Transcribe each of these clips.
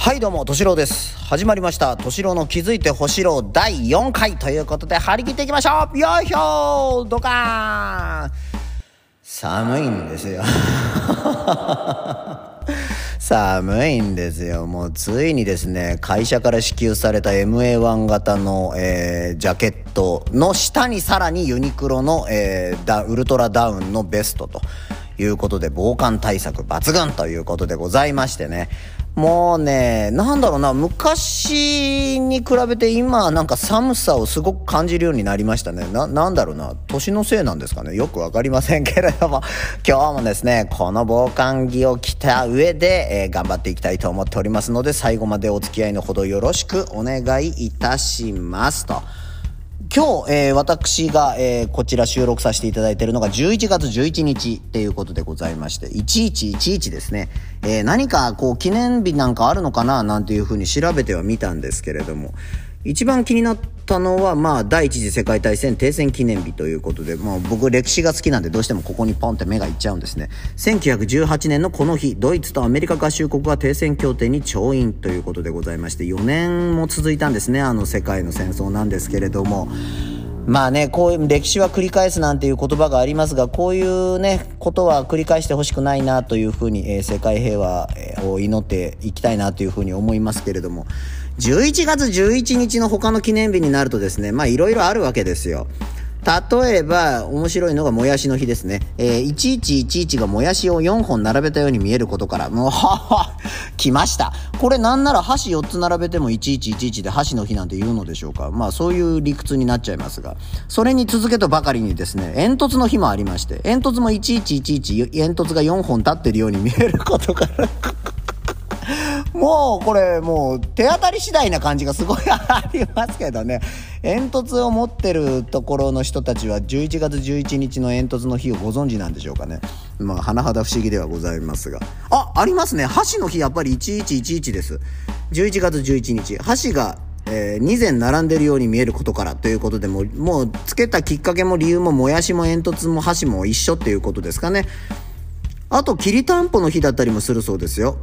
はいどうも、としろうです。始まりました。としろうの気づいてほしろう第4回ということで、張り切っていきましょう。よいしょー、ドカーン。寒いんですよ。寒いんですよ。もうついにですね、会社から支給された MA1 型の、ジャケットの下にさらにユニクロの、ウルトラダウンのベストということで、防寒対策抜群ということでございましてね、もうね、なんだろうな、昔に比べて今なんか寒さをすごく感じるようになりましたね。なんだろうな、年のせいなんですかね、よくわかりませんけれども、今日もですね、この防寒着を着た上で、頑張っていきたいと思っておりますので、最後までお付き合いのほどよろしくお願いいたしますと。今日、私が、こちら収録させていただいているのが11月11日っていうことでございまして、1111ですね。何かこう記念日なんかあるのかななんていうふうに調べてはみたんですけれども、一番気になったのは第一次世界大戦停戦記念日ということで、僕歴史が好きなんでどうしてもここにポンって目がいっちゃうんですね。1918年のこの日、ドイツとアメリカ合衆国が停戦協定に調印ということでございまして、4年も続いたんですね、あの世界の戦争なんですけれども、こういう歴史は繰り返すなんていう言葉がありますが、こういうねことは繰り返してほしくないなというふうに、世界平和を祈っていきたいなというふうに思いますけれども、11月11日の他の記念日になるとですね、いろいろあるわけですよ。例えば面白いのがもやしの日ですね。1111がもやしを4本並べたように見えることから、もう来ました。これなんなら箸4つ並べても1111で箸の日なんて言うのでしょうか。そういう理屈になっちゃいますが、それに続けとばかりにですね、煙突の日もありまして、煙突も1111、煙突が4本立ってるように見えることからもうこれもう手当たり次第な感じがすごいありますけどね。煙突を持ってるところの人たちは11月11日の煙突の日をご存知なんでしょうかね。甚だ不思議ではございますが、ありますね。箸の日やっぱり1111です。11月11日、箸が2膳並んでるように見えることからということで、もうつけたきっかけも理由ももやしも煙突も箸も一緒っていうことですかね。あときりたんぽの日だったりもするそうですよ。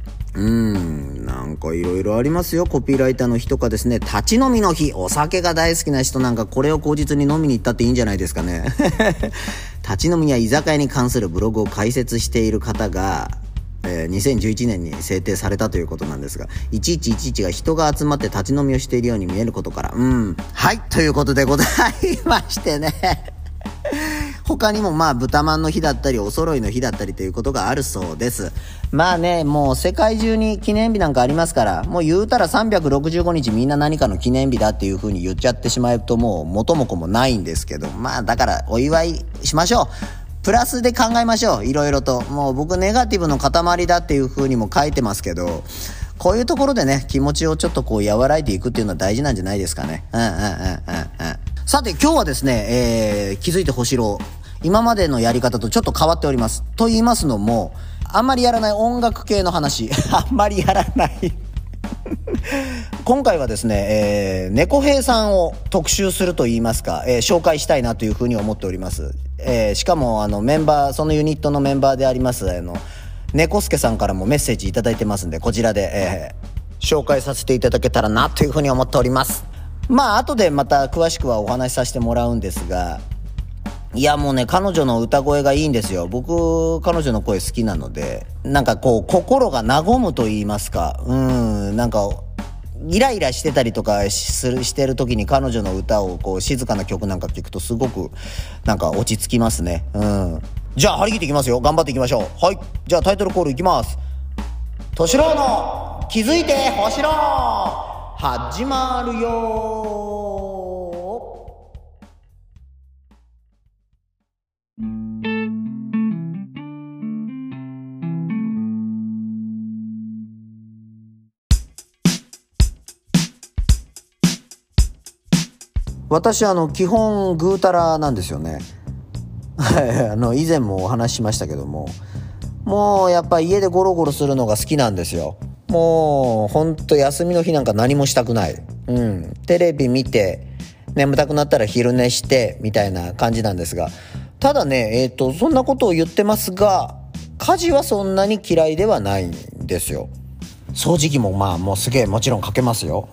なんかいろいろありますよ。コピーライターの日とかですね、立ち飲みの日、お酒が大好きな人なんかこれを口実に飲みに行ったっていいんじゃないですかね。立ち飲みや居酒屋に関するブログを開設している方が、2011年に制定されたということなんですが、1111が人が集まって立ち飲みをしているように見えることから、はいということでございましてね。他にも豚まんの日だったりお揃いの日だったりということがあるそうです。もう世界中に記念日なんかありますから、もう言うたら365日みんな何かの記念日だっていう風に言っちゃってしまうと、もう元も子もないんですけど、だからお祝いしましょう。プラスで考えましょう。いろいろと。もう僕ネガティブの塊だっていう風にも書いてますけど、こういうところでね、気持ちをちょっとこう和らいでいくっていうのは大事なんじゃないですかね。さて今日はですね、気づいてほしろ、今までのやり方とちょっと変わっております。と言いますのも、あんまりやらない音楽系の話あんまりやらない今回はですね、猫兵さんを特集すると言いますか、紹介したいなというふうに思っております。しかもメンバー、そのユニットのメンバーであります猫助さんからもメッセージいただいてますんで、こちらで、紹介させていただけたらなというふうに思っております。後でまた詳しくはお話しさせてもらうんですが、いやもうね、彼女の歌声がいいんですよ。僕彼女の声好きなので、なんかこう心が和むと言いますか、なんかイライラしてたりとかしてる時に彼女の歌をこう静かな曲なんか聞くとすごくなんか落ち着きますね。じゃあ張り切っていきますよ。頑張っていきましょう。はい、じゃあタイトルコールいきます。としろうの気づいてほしろ始まるよ。私基本ぐうたらなんですよね。以前もお話ししましたけども、もうやっぱ家でゴロゴロするのが好きなんですよ。もうほんと休みの日なんか何もしたくない。テレビ見て眠たくなったら昼寝してみたいな感じなんですが、ただねそんなことを言ってますが、家事はそんなに嫌いではないんですよ。 掃除機ももうすげえもちろんかけますよ。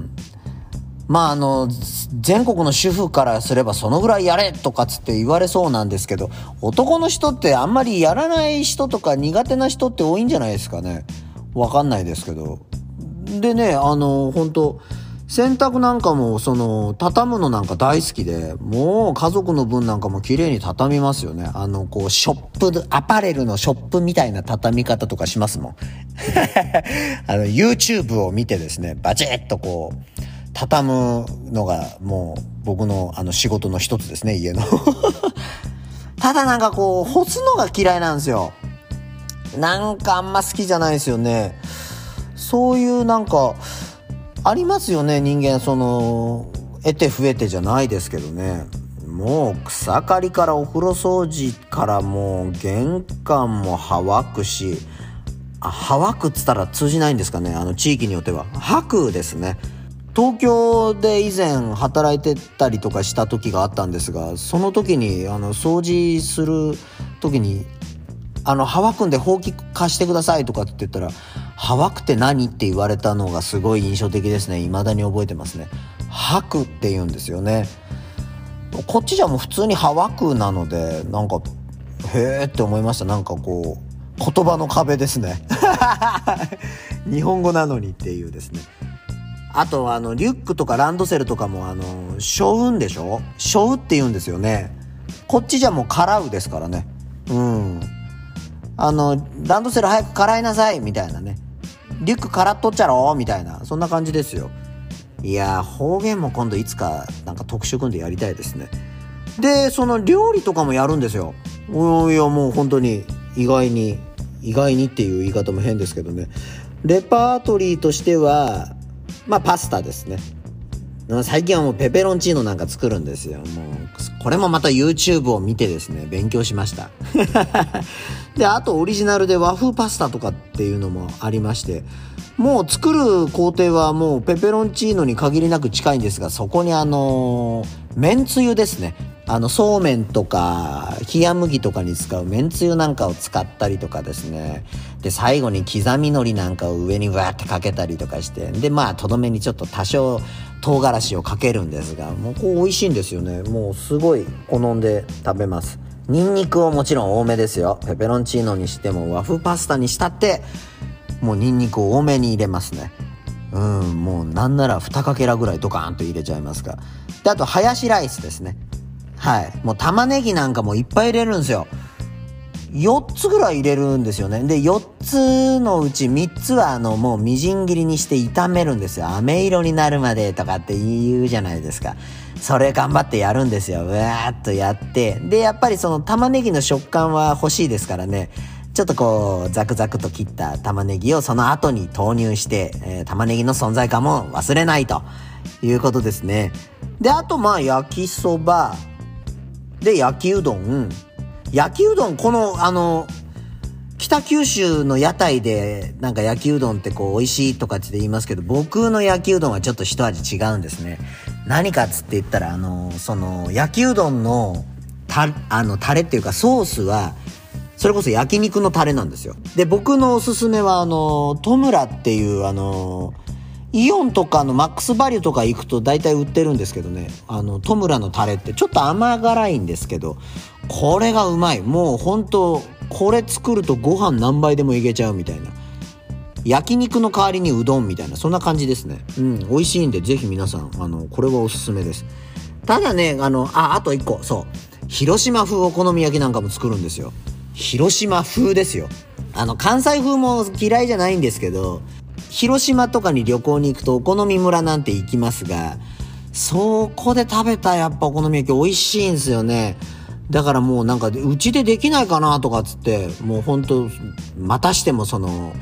全国の主婦からすればそのぐらいやれとかつって言われそうなんですけど、男の人ってあんまりやらない人とか苦手な人って多いんじゃないですかね。わかんないですけど。でね、本当洗濯なんかも畳むのなんか大好きで、もう家族の分なんかも綺麗に畳みますよね。ショップ、アパレルのショップみたいな畳み方とかしますもん。YouTube を見てですね、バチッと畳むのがもう僕の仕事の一つですね、家の。ただなんか干すのが嫌いなんですよ。なんかあんま好きじゃないですよね。そういうなんか、ありますよね、人間得て増えてじゃないですけどね。もう草刈りからお風呂掃除からもう玄関もはくし、はくっつったら通じないんですかね、地域によっては。吐くですね。東京で以前働いてたりとかした時があったんですが、その時に掃除する時にはくんでほうき貸してくださいとかって言ったら、はくって何って言われたのがすごい印象的ですね。未だに覚えてますね。はくって言うんですよね。こっちじゃもう普通にはくなので、なんかへーって思いました。なんか言葉の壁ですね。日本語なのにっていうですね。あとリュックとかランドセルとかもしょうんでしょ、しょうって言うんですよね。こっちじゃもうからうですからね。ランドセル早くからいなさいみたいなね。リュックからっとっちゃろみたいな、そんな感じですよ。いやー、方言も今度いつかなんか特集組んでやりたいですね。で料理とかもやるんですよ。いやもう本当に意外にっていう言い方も変ですけどね。レパートリーとしてはパスタですね。最近はもうペペロンチーノなんか作るんですよ。もうこれもまた YouTube を見てですね、勉強しました。で、あとオリジナルで和風パスタとかっていうのもありまして、もう作る工程はもうペペロンチーノに限りなく近いんですが、そこにめんつゆですね。そうめんとか冷麦とかに使うめんつゆなんかを使ったりとかですね。で、最後に刻み海苔なんかを上にわーってかけたりとかして、でとどめにちょっと多少唐辛子をかけるんですが、もう美味しいんですよね。もうすごい好んで食べます。ニンニクをもちろん多めですよ。ペペロンチーノにしても和風パスタにしたってもうニンニクを多めに入れますね。もうなんなら2かけらぐらいドカーンと入れちゃいますが。で、あとハヤシライスですね。はい。もう玉ねぎなんかもいっぱい入れるんですよ。4つぐらい入れるんですよね。で、4つのうち3つはもうみじん切りにして炒めるんですよ。飴色になるまでとかって言うじゃないですか。それ頑張ってやるんですよ。うわーっとやって。で、やっぱり玉ねぎの食感は欲しいですからね。ちょっとザクザクと切った玉ねぎをその後に投入して、玉ねぎの存在感も忘れないということですね。で、あと焼きそばで焼きうどん、この北九州の屋台でなんか焼きうどんって美味しいとかって言いますけど、僕の焼きうどんはちょっと一味違うんですね。何かっつって言ったら焼きうどんのタレっていうかソースはそれこそ焼肉のタレなんですよ。で、僕のおすすめはトムラっていうイオンとかのマックスバリューとか行くと大体売ってるんですけどね、トムラのタレってちょっと甘辛いんですけど、これがうまい。もう本当これ作るとご飯何杯でもいけちゃうみたいな。焼肉の代わりにうどんみたいな、そんな感じですね。美味しいんでぜひ皆さんこれはおすすめです。ただね、あと一個、そう広島風お好み焼きなんかも作るんですよ。広島風ですよ。関西風も嫌いじゃないんですけど、広島とかに旅行に行くとお好み村なんて行きますが、そこで食べたやっぱお好み焼き美味しいんですよね。だからもうなんかうちでできないかなとかっつって、もうほんとまたしても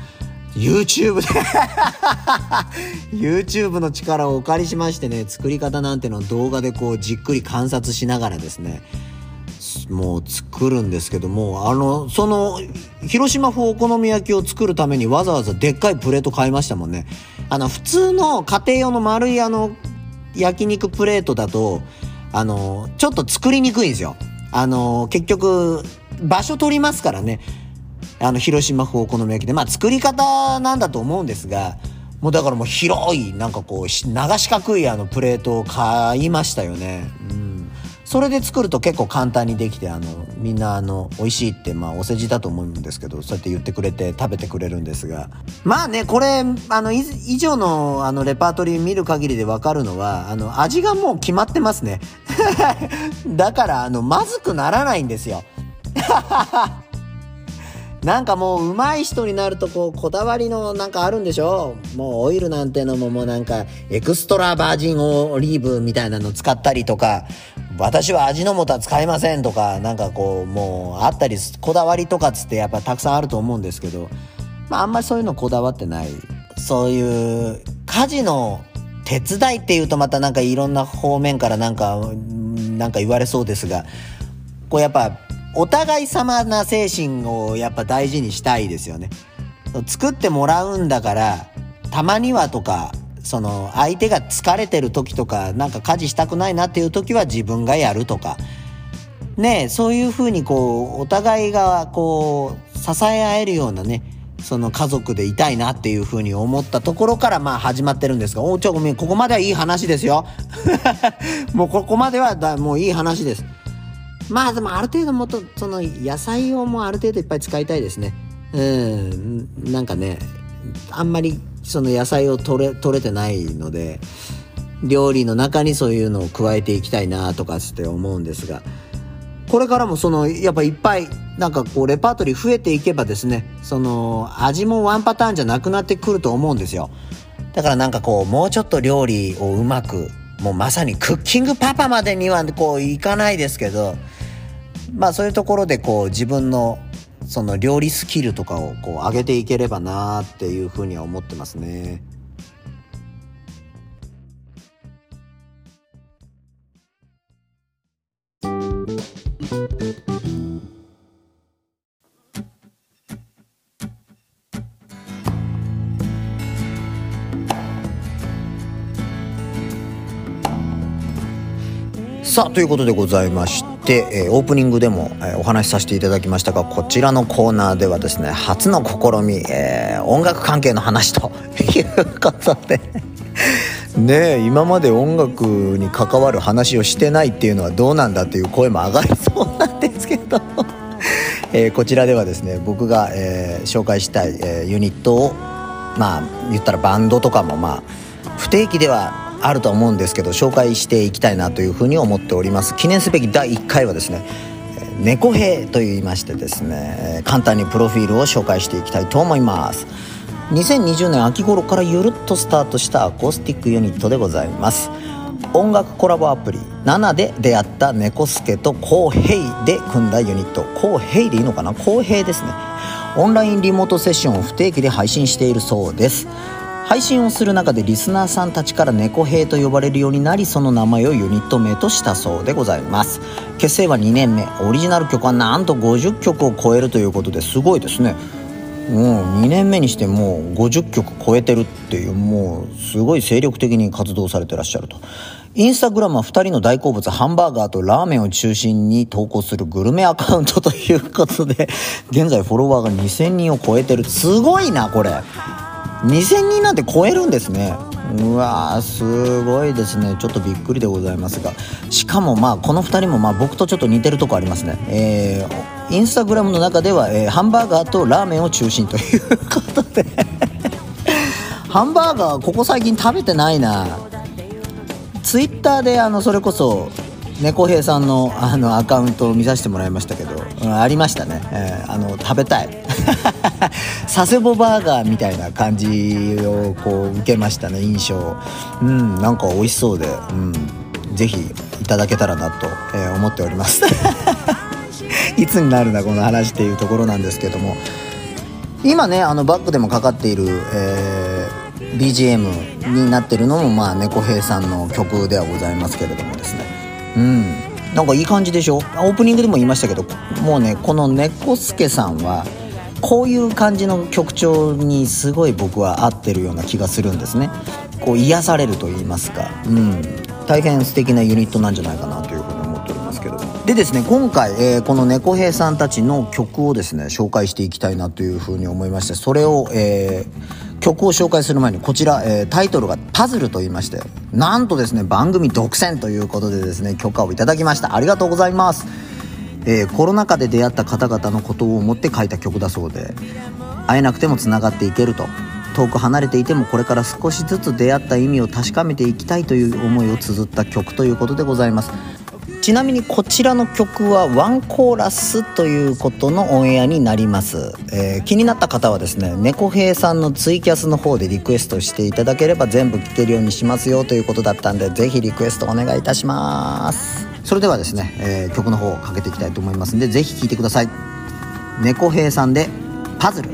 YouTube でYouTube の力をお借りしましてね、作り方なんてのを動画でじっくり観察しながらですね、もう作るんですけども、広島風お好み焼きを作るためにわざわざでっかいプレート買いましたもんね。普通の家庭用の丸い焼肉プレートだとちょっと作りにくいんですよ。結局場所取りますからね。 広島風お好み焼きで、まあ作り方なんだと思うんですが、もうだからもう広いなんかこう長四角いプレートを買いましたよね。それで作ると結構簡単にできて、みんな美味しいって、まあお世辞だと思うんですけど、そうやって言ってくれて食べてくれるんですが、まあね、これ以上のレパートリー見る限りで分かるのは、味がもう決まってますね。だからまずくならないんですよ。なんかもう上手い人になるとこだわりのなんかあるんでしょ。もうオイルなんてのももうなんかエクストラバージンオリーブみたいなの使ったりとか、私は味の素は使いませんとか、なんかもうあったり、こだわりとかつってやっぱたくさんあると思うんですけど、まああんまりそういうのこだわってない。そういう家事の手伝いっていうとまたなんかいろんな方面からなんか言われそうですが、やっぱお互い様な精神をやっぱ大事にしたいですよね。作ってもらうんだから、たまにはとか、相手が疲れてる時とか、なんか家事したくないなっていう時は自分がやるとかね、そういう風にお互いが支え合えるようなね、家族でいたいなっていう風に思ったところからまあ始まってるんですが、ごめん、ここまではいい話ですよ。もうここまではもういい話です。まあでもある程度もっと野菜をもうある程度いっぱい使いたいですね。なんかね、あんまり野菜を取れてないので、料理の中にそういうのを加えていきたいなとかって思うんですが、これからもやっぱいっぱいなんかレパートリー増えていけばですね、味もワンパターンじゃなくなってくると思うんですよ。だからなんかもうちょっと料理をうまく、もうまさにクッキングパパまでにはいかないですけど、まあそういうところで自分の料理スキルとかを上げていければなっていうふうには思ってますね。さあということでございまして、オープニングでも、お話しさせていただきましたが、こちらのコーナーではですね、初の試み、音楽関係の話ということでね、今まで音楽に関わる話をしてないっていうのはどうなんだっていう声も上がりそうなんですけどこちらではですね、僕が、紹介したい、ユニットを、まあ言ったらバンドとかもまあ不定期ではあると思うんですけど、紹介していきたいなというふうに思っております。記念すべき第1回はですね、猫兵と言いましてですね、簡単にプロフィールを紹介していきたいと思います。2020年秋頃からゆるっとスタートしたアコースティックユニットでございます。音楽コラボアプリ7で出会った猫助とコウヘイで組んだユニット。コウヘイでいいのかな、コウヘイですね。オンラインリモートセッションを不定期で配信しているそうです。配信をする中でリスナーさんたちから猫兵と呼ばれるようになり、その名前をユニット名としたそうでございます。結成は2年目、オリジナル曲はなんと50曲を超えるということですごいですね。もう2年目にしてもう50曲超えてるっていう、もうすごい精力的に活動されてらっしゃると。インスタグラムは2人の大好物ハンバーガーとラーメンを中心に投稿するグルメアカウントということで、現在フォロワーが2000人を超えてる。すごいなこれ、2000人なんて超えるんですね。うわーすごいですね。ちょっとびっくりでございますが、しかもまあこの2人もまあ僕とちょっと似てるとこありますね。インスタグラムの中では、ハンバーガーとラーメンを中心ということでハンバーガーここ最近食べてないな。ツイッターでそれこそ猫兵さんのアカウントを見させてもらいましたけど、ありましたね。食べたい佐世保バーガーみたいな感じを受けましたね、印象。なんか美味しそうで、ぜひいただけたらなと、思っておりますいつになるんだこの話っていうところなんですけども、今ねバックでもかかっている、BGM になってるのもまあ猫兵さんの曲ではございますけれどもですね、なんかいい感じでしょ。オープニングでも言いましたけど、もうねこの猫助さんはこういう感じの曲調にすごい僕は合ってるような気がするんですね。癒されると言いますか、大変素敵なユニットなんじゃないかなというふうに思っておりますけども、 でですね、今回、この猫兵さんたちの曲をですね紹介していきたいなというふうに思いまして、それを、曲を紹介する前にこちら、タイトルがパズルと言いまして、なんとですね番組独占ということでですね許可をいただきました。ありがとうございます。コロナ禍で出会った方々のことを思って書いた曲だそうで、会えなくてもつながっていけると、遠く離れていてもこれから少しずつ出会った意味を確かめていきたいという思いを綴った曲ということでございます。ちなみにこちらの曲はワンコーラスということのオンエアになります。気になった方はですね、猫兵さんのツイキャスの方でリクエストしていただければ全部聴けるようにしますよということだったんで、ぜひリクエストお願いいたします。それではですね、曲の方をかけていきたいと思いますんで、ぜひ聴いてください。猫兵さんでパズル。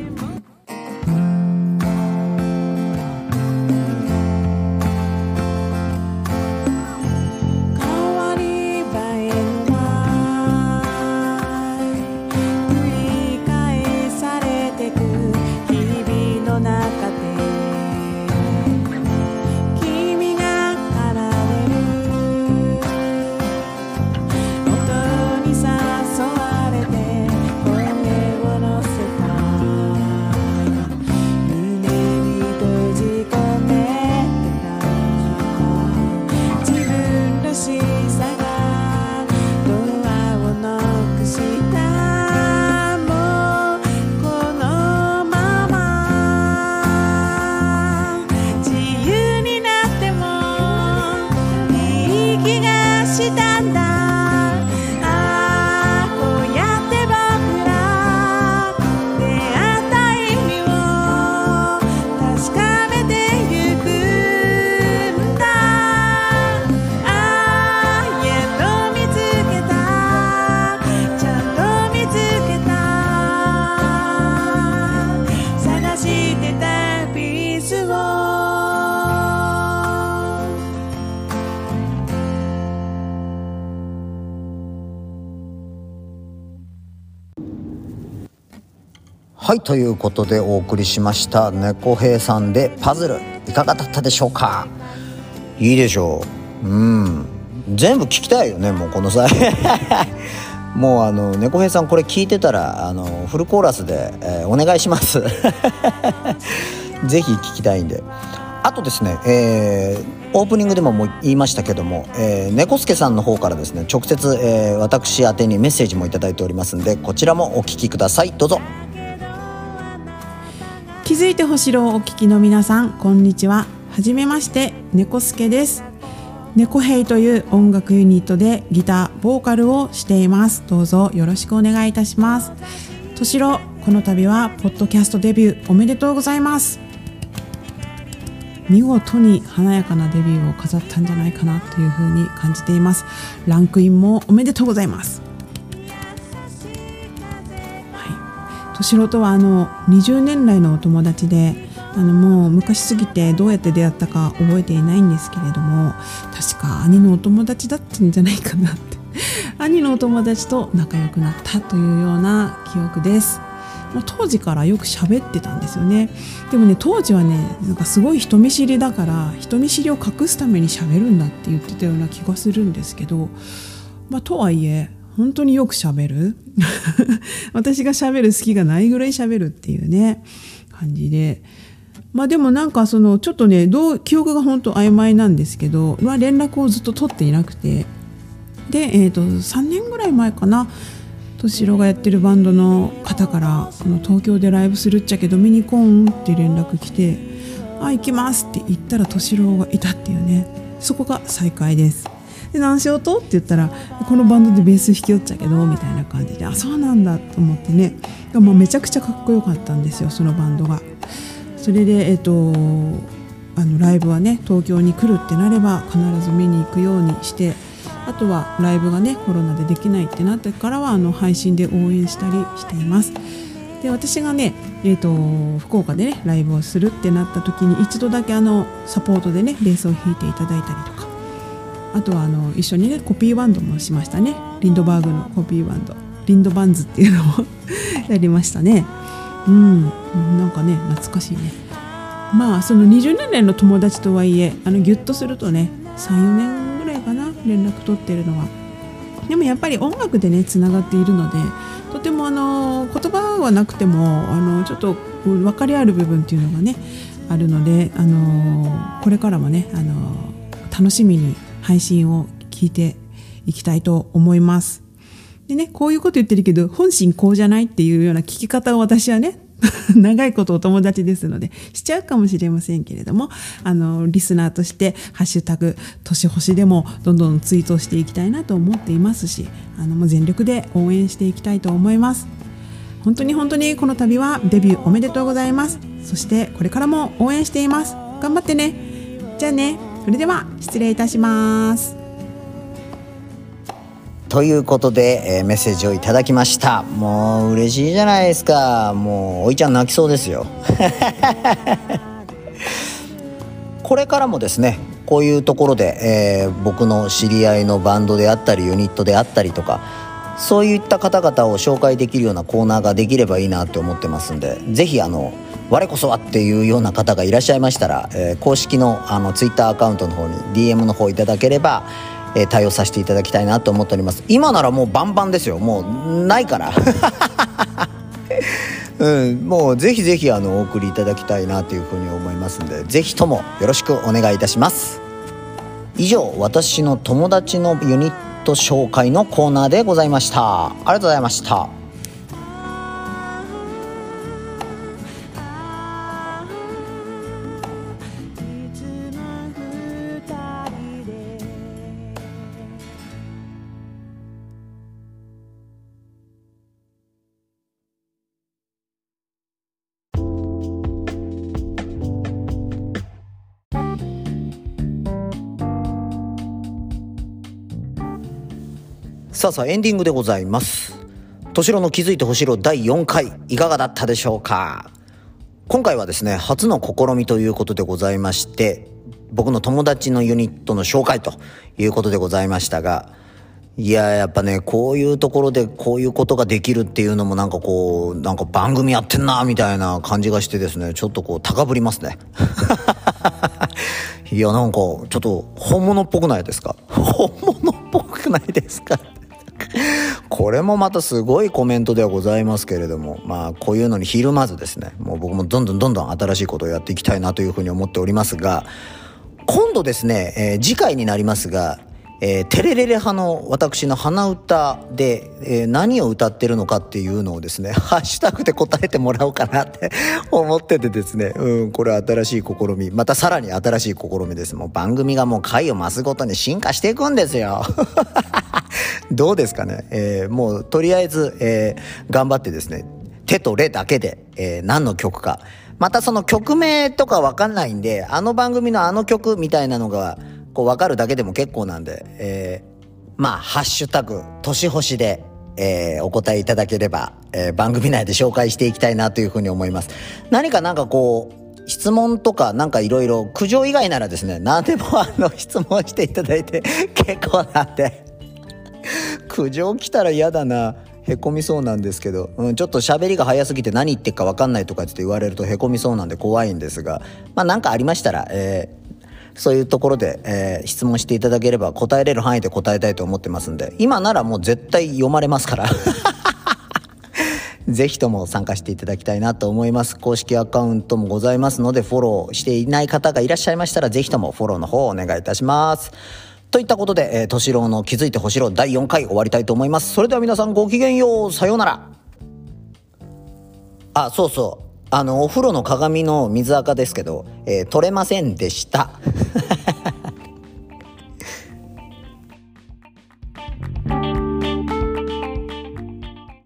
はい、ということでお送りしました猫兵さんでパズル、いかがだったでしょうか。いいでしょう。全部聞きたいよね、もうこの際もう猫兵さんこれ聞いてたらフルコーラスで、お願いしますぜひ聞きたいんで。あとですね、オープニングでも言いましたけども、猫助さんの方からですね直接、私宛てにメッセージもいただいておりますんで、こちらもお聞きください。どうぞ。 気づいてほしろをお聞きの皆さん、こんにちは。はじめまして、猫助です。猫兵という音楽ユニットでギターボーカルをしています。どうぞよろしくお願いいたします。としろ、この度はポッドキャストデビューおめでとうございます。見事に華やかなデビューを飾ったんじゃないかなというふうに感じています。ランクインもおめでとうございます。としろとは20年来のお友達で、もう昔すぎてどうやって出会ったか覚えていないんですけれども、確か兄のお友達だったんじゃないかなって兄のお友達と仲良くなったというような記憶です。当時からよく喋ってたんですよね。でもね、当時はね、なんかすごい人見知りだから、人見知りを隠すために喋るんだって言ってたような気がするんですけど、とはいえ本当によく喋る私が喋る隙がないぐらい喋るっていうね感じで、でもなんかちょっとね記憶が本当曖昧なんですけど、連絡をずっと取っていなくて、で、3年ぐらい前かな、としろがやってるバンドの方から東京でライブするっちゃけど見に来んって連絡来て、行きますって言ったらとしろがいたっていうね、そこが再会です。で、何しようとって言ったら、このバンドでベース弾きよっちゃけどみたいな感じで、そうなんだと思ってね、めちゃくちゃかっこよかったんですよ、そのバンドが。それでライブはね東京に来るってなれば必ず見に行くようにして、あとはライブがねコロナでできないってなってからは配信で応援したりしています。で、私がね、福岡でねライブをするってなった時に一度だけサポートでねベースを弾いていただいたりとか、あとは一緒にねコピーバンドもしましたね。リンドバーグのコピーバンド、リンドバンズっていうのもやりましたね。なんかね懐かしいね。その20年来の友達とはいえギュッとするとね 3,4 年ぐらいかな連絡取ってるのは。 でもやっぱり音楽でねつながっているので、とても言葉はなくてもちょっと分かり合える部分っていうのがねあるので、これからもね楽しみに配信を聞いていきたいと思います。でね、こういうこと言ってるけど本心こうじゃないっていうような聞き方を私はね長いことお友達ですのでしちゃうかもしれませんけれども、リスナーとしてハッシュタグ年星でもどんどんツイートしていきたいなと思っていますし、もう全力で応援していきたいと思います。本当に本当にこの度はデビューおめでとうございます。そしてこれからも応援しています。頑張ってね。じゃあね、それでは失礼いたします。 ということで、メッセージをいただきました。もう嬉しいじゃないですか。もうおいちゃん泣きそうですよこれからもですね、こういうところで、僕の知り合いのバンドであったりユニットであったりとか、そういった方々を紹介できるようなコーナーができればいいなと思ってますんで、ぜひ我こそはっていうような方がいらっしゃいましたら、公式のツイッターアカウントの方に DM の方いただければ、対応させていただきたいなと思っております。今ならもうバンバンですよ。もうないからもうぜひぜひお送りいただきたいなというふうに思いますので、ぜひともよろしくお願いいたします。以上、私の友達のユニット紹介のコーナーでございました。ありがとうございました。さあエンディングでございます。としろの気づいてほしろ第4回いかがだったでしょうか。今回はですね、初の試みということでございまして、僕の友達のユニットの紹介ということでございましたが、やっぱね、こういうところでこういうことができるっていうのもなんか番組やってんなみたいな感じがしてですね、ちょっと高ぶりますねなんかちょっと本物っぽくないですか本物っぽくないですかこれもまたすごいコメントではございますけれども、こういうのにひるまずですね、もう僕もどんどん新しいことをやっていきたいなというふうに思っておりますが、今度ですね、次回になりますが、テレレレ派の私の鼻歌で、何を歌ってるのかっていうのをですね、ハッシュタグで答えてもらおうかなって思っててですね、これは新しい試み、またさらに新しい試みです。もう番組がもう回を増すごとに進化していくんですよどうですかね、もうとりあえず、頑張ってですね、手とレだけで、何の曲か、またその曲名とかわかんないんで、番組の曲みたいなのが分かるだけでも結構なんで、ハッシュタグ年星で、お答えいただければ、番組内で紹介していきたいなというふうに思います。何か質問とかいろいろ苦情以外ならですね、何でも質問していただいて結構なんで苦情来たら嫌だな、へこみそうなんですけど、ちょっと喋りが早すぎて何言ってるか分かんないとかって言われるとへこみそうなんで怖いんですが、何かありましたら、そういうところで、質問していただければ答えれる範囲で答えたいと思ってますんで、今ならもう絶対読まれますからぜひとも参加していただきたいなと思います。公式アカウントもございますので、フォローしていない方がいらっしゃいましたら、ぜひともフォローの方をお願いいたします。といったことで、としろうの気づいてほしろ第4回終わりたいと思います。それでは皆さんごきげんよう。さようなら。そうそう、お風呂の鏡の水垢ですけど、取れませんでした